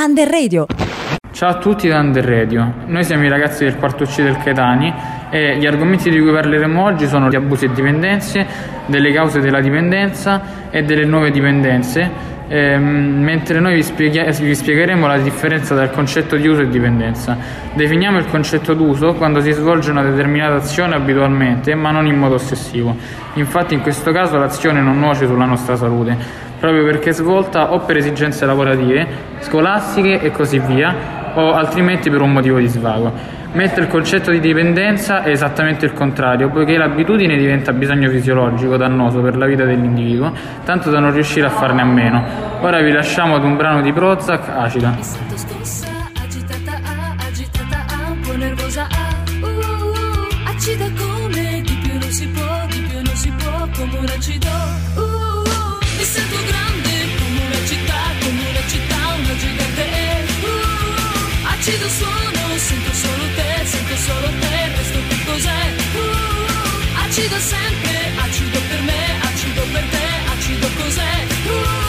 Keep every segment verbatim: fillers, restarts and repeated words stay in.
Under Radio. Ciao a tutti da Under Radio, noi siamo i ragazzi del quarto C del Caetani e gli argomenti di cui parleremo oggi sono gli abusi e dipendenze, delle cause della dipendenza e delle nuove dipendenze, ehm, mentre noi vi, spieghi- vi spiegheremo la differenza tra il concetto di uso e dipendenza. Definiamo il concetto d'uso quando si svolge una determinata azione abitualmente, ma non in modo ossessivo. Infatti in questo caso l'azione non nuoce sulla nostra salute, proprio perché è svolta o per esigenze lavorative, scolastiche e così via, o altrimenti per un motivo di svago. Mentre il concetto di dipendenza è esattamente il contrario, poiché l'abitudine diventa bisogno fisiologico dannoso per la vita dell'individuo, tanto da non riuscire a farne a meno. Ora vi lasciamo ad un brano di Prozac, Acida. Mi sento scossa, agitata, ah, agitata, ah, un po' nervosa, ah, uh, uh, uh, acida come, di più non si può, di più non si può, come un acido, uh, uh, uh, mi sento grande, come una città, come una città, una gigante, uh, uh, acido suono, sento solo te, sento solo te, questo che cos'è, uh, uh, acido sempre, acido per me, acido per te, acido cos'è, uh, uh,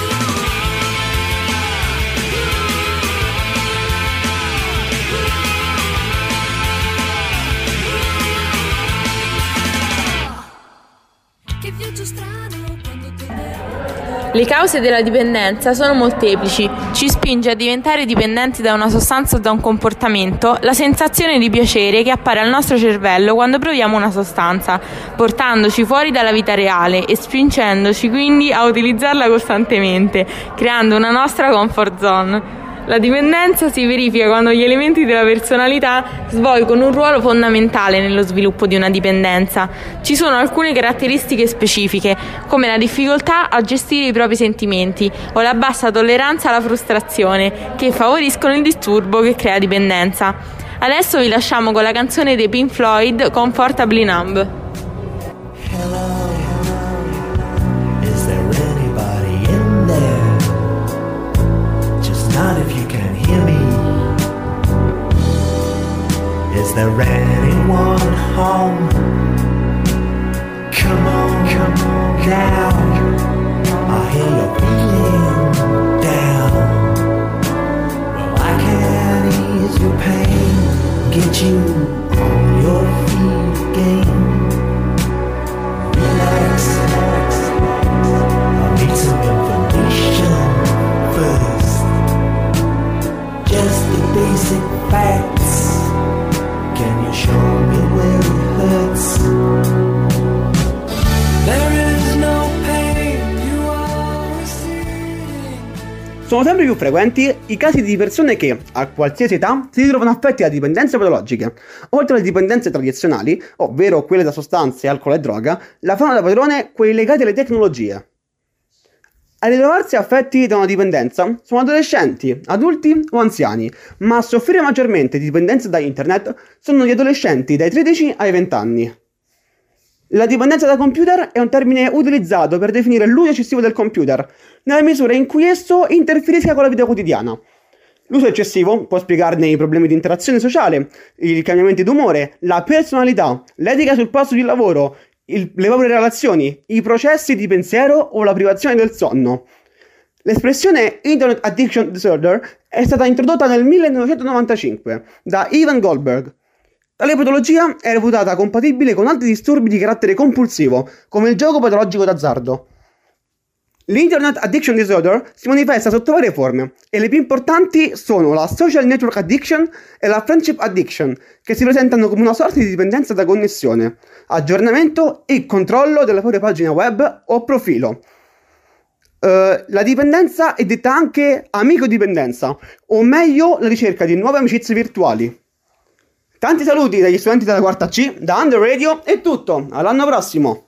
che viaggio strano quando tornerò. Le cause della dipendenza sono molteplici. Ci spinge a diventare dipendenti da una sostanza o da un comportamento la sensazione di piacere che appare al nostro cervello quando proviamo una sostanza, portandoci fuori dalla vita reale e spingendoci quindi a utilizzarla costantemente, creando una nostra comfort zone. La dipendenza si verifica quando gli elementi della personalità svolgono un ruolo fondamentale nello sviluppo di una dipendenza. Ci sono alcune caratteristiche specifiche, come la difficoltà a gestire i propri sentimenti o la bassa tolleranza alla frustrazione, che favoriscono il disturbo che crea dipendenza. Adesso vi lasciamo con la canzone dei Pink Floyd, Comfortably Numb. Hello, is there anybody in there? Just not if you can hear me. Is there anyone home? Come on, come on now. I hear you're feeling down. Well, I can ease your pain, get you on your feet again. Relax, relax. I need some information first. Just the basic facts. Can you show me where it hurts? There is no pain you are receiving. Sono sempre più frequenti i casi di persone che, a qualsiasi età, si ritrovano affetti da dipendenze patologiche. Oltre alle dipendenze tradizionali, ovvero quelle da sostanze, alcol e droga, la fanno da padrone quelli legati alle tecnologie. A ritrovarsi affetti da una dipendenza sono adolescenti, adulti o anziani, ma a soffrire maggiormente di dipendenza da internet sono gli adolescenti dai tredici ai venti anni. La dipendenza da computer è un termine utilizzato per definire l'uso eccessivo del computer, nella misura in cui esso interferisca con la vita quotidiana. L'uso eccessivo può spiegarne i problemi di interazione sociale, i cambiamenti d'umore, la personalità, l'etica sul posto di lavoro, il, le proprie relazioni, i processi di pensiero o la privazione del sonno. L'espressione Internet Addiction Disorder è stata introdotta nel millenovecentonovantacinque da Evan Goldberg. Tale patologia è reputata compatibile con altri disturbi di carattere compulsivo, come il gioco patologico d'azzardo. L'Internet Addiction Disorder si manifesta sotto varie forme e le più importanti sono la Social Network Addiction e la Friendship Addiction, che si presentano come una sorta di dipendenza da connessione, aggiornamento e controllo della propria pagina web o profilo. Uh, la dipendenza è detta anche amicodipendenza, o meglio la ricerca di nuove amicizie virtuali. Tanti saluti dagli studenti della quarta C, da Under Radio è tutto, all'anno prossimo!